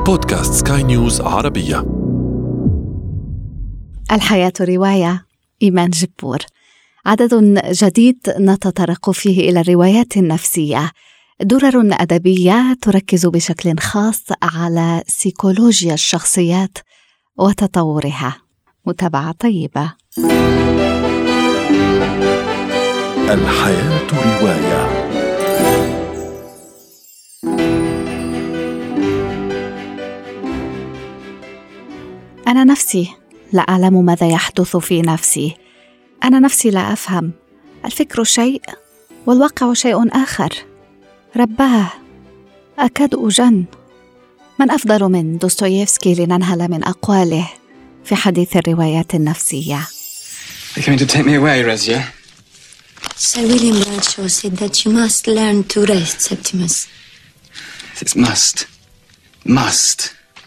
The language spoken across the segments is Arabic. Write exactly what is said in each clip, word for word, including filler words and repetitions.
بودكاست سكاي نيوز عربية. الحياة رواية، إيمان جبور. عدد جديد نتطرق فيه إلى الروايات النفسية، درر أدبية تركز بشكل خاص على سيكولوجيا الشخصيات وتطورها. متابعة طيبة. الحياة رواية. أنا نفسي لا أعلم ماذا يحدث في نفسي. أنا نفسي لا أفهم. الفكر شيء والواقع شيء آخر. رباه، أكاد أجن. من أفضل من دوستويفسكي لننهل من أقواله في حديث الروايات النفسية. They're coming to take me away, Razia. Sir William Bradshaw said that you must learn to rest, Septimus. It's must. Must.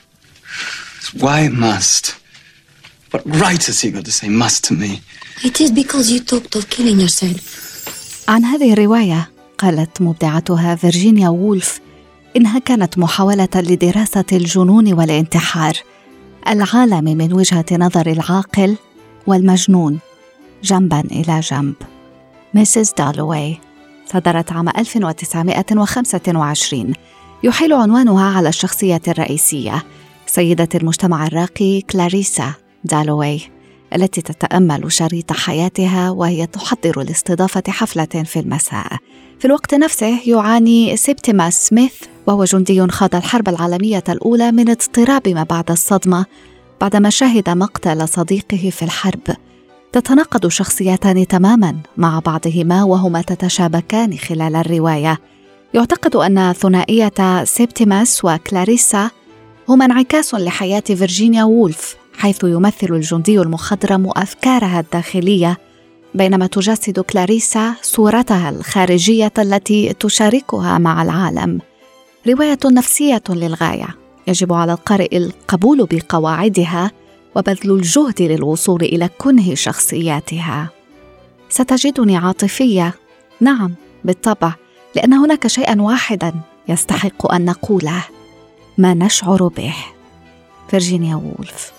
Why must? What right has he got to say must to me? It is because you talked of killing yourself. عن هذه الرواية قالت مبدعتها فيرجينيا وولف إنها كانت محاولة لدراسة الجنون والانتحار، العالم من وجهة نظر العاقل والمجنون جنباً إلى جنب. ميسيس دالوي صدرت عام ألف وتسعمائة وخمسة وعشرين. يحيل عنوانها على الشخصية الرئيسية، سيدة المجتمع الراقي كلاريسا دالوي، التي تتأمل شريط حياتها وهي تحضر لاستضافة حفلة في المساء. في الوقت نفسه يعاني سيبتيماس سميث، وهو جندي خاض الحرب العالمية الأولى، من اضطراب ما بعد الصدمة بعدما شهد مقتل صديقه في الحرب. تتناقض شخصيتان تماماً مع بعضهما وهما تتشابكان خلال الرواية. يعتقد أن ثنائية سيبتيماس وكلاريسا هما انعكاس لحياة فيرجينيا وولف، حيث يمثل الجندي المخضرم أفكارها الداخلية، بينما تجسد كلاريسا صورتها الخارجية التي تشاركها مع العالم. رواية نفسية للغاية، يجب على القارئ القبول بقواعدها وبذل الجهد للوصول إلى كنه شخصياتها. ستجدني عاطفية، نعم بالطبع، لأن هناك شيئاً واحداً يستحق أن نقوله: ما نشعر به. فيرجينيا وولف.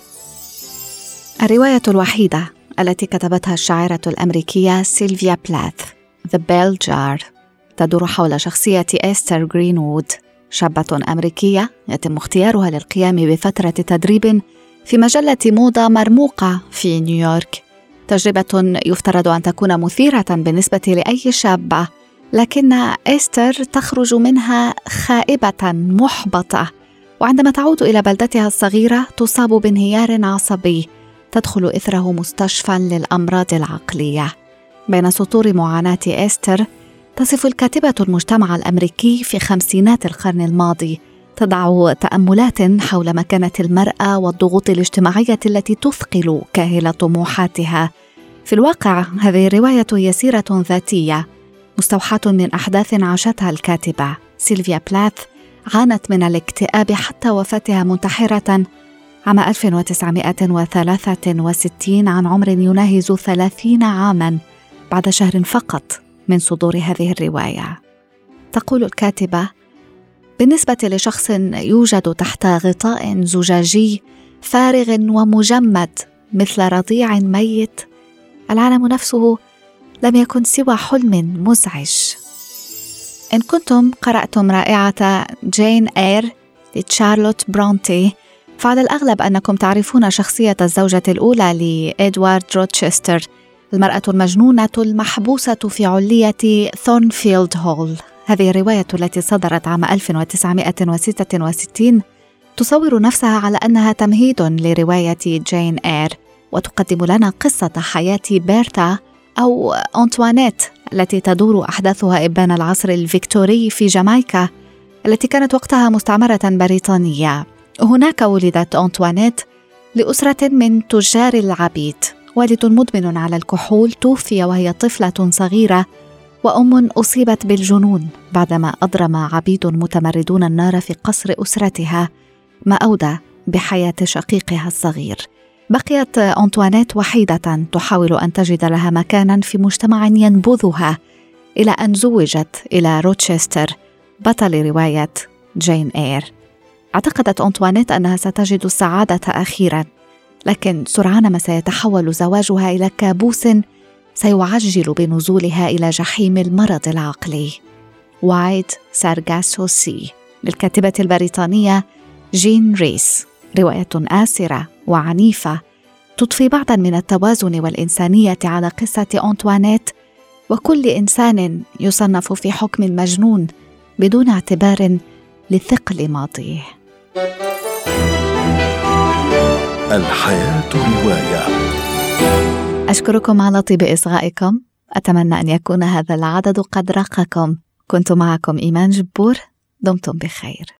الرواية الوحيدة التي كتبتها الشاعرة الأمريكية سيلفيا بلاث، The Bell Jar، تدور حول شخصية إستر غرينوود، شابة أمريكية يتم اختيارها للقيام بفترة تدريب في مجلة موضة مرموقة في نيويورك. تجربة يفترض أن تكون مثيرة بالنسبة لأي شابة، لكن إستر تخرج منها خائبة محبطة، وعندما تعود إلى بلدتها الصغيرة تصاب بانهيار عصبي تدخل إثره مستشفى للأمراض العقلية. بين سطور معاناة إستر تصف الكاتبة المجتمع الأمريكي في خمسينات القرن الماضي، تضع تأملات حول مكانة المرأة والضغوط الاجتماعية التي تثقل كاهل طموحاتها. في الواقع هذه الرواية هي سيرة ذاتية مستوحاة من أحداث عاشتها الكاتبة. سيلفيا بلاث عانت من الاكتئاب حتى وفاتها منتحرة عام ألف وتسعمائة وثلاثة وستين عن عمر يناهز ثلاثين عاماً بعد شهر فقط من صدور هذه الرواية. تقول الكاتبة: بالنسبة لشخص يوجد تحت غطاء زجاجي فارغ ومجمد مثل رضيع ميت، العالم نفسه لم يكن سوى حلم مزعج. إن كنتم قرأتم رائعة جين إير لتشارلوت برونتي، فعلى الأغلب أنكم تعرفون شخصية الزوجة الأولى لإدوارد روتشستر، المرأة المجنونة المحبوسة في علية ثورنفيلد هول. هذه الرواية التي صدرت عام ألف وتسعمائة وستة وستين تصور نفسها على أنها تمهيد لرواية جين إير، وتقدم لنا قصة حياة بيرتا أو أنطوانيت التي تدور أحداثها إبان العصر الفيكتوري في جامايكا، التي كانت وقتها مستعمرة بريطانية. هناك ولدت أنطوانيت لأسرة من تجار العبيد. والد مدمن على الكحول توفي وهي طفلة صغيرة، وأم أصيبت بالجنون بعدما أضرم عبيد متمردون النار في قصر أسرتها، ما أودى بحياة شقيقها الصغير. بقيت أنطوانيت وحيدة تحاول أن تجد لها مكانا في مجتمع ينبذها، إلى أن زوجت إلى روتشستر بطل رواية جين إير. اعتقدت أنطوانيت أنها ستجد السعادة أخيراً، لكن سرعان ما سيتحول زواجها إلى كابوس سيعجل بنزولها إلى جحيم المرض العقلي. وايت سارغاسو سي للكاتبة البريطانية جين ريس، رواية آسرة وعنيفة تضفي بعضاً من التوازن والإنسانية على قصة أنطوانيت وكل إنسان يصنف في حكم المجنون بدون اعتبار لثقل ماضيه. الحياة رواية. أشكركم على طيب إصغائكم، أتمنى أن يكون هذا العدد قد رقكم. كنت معكم إيمان جبور، دمتم بخير.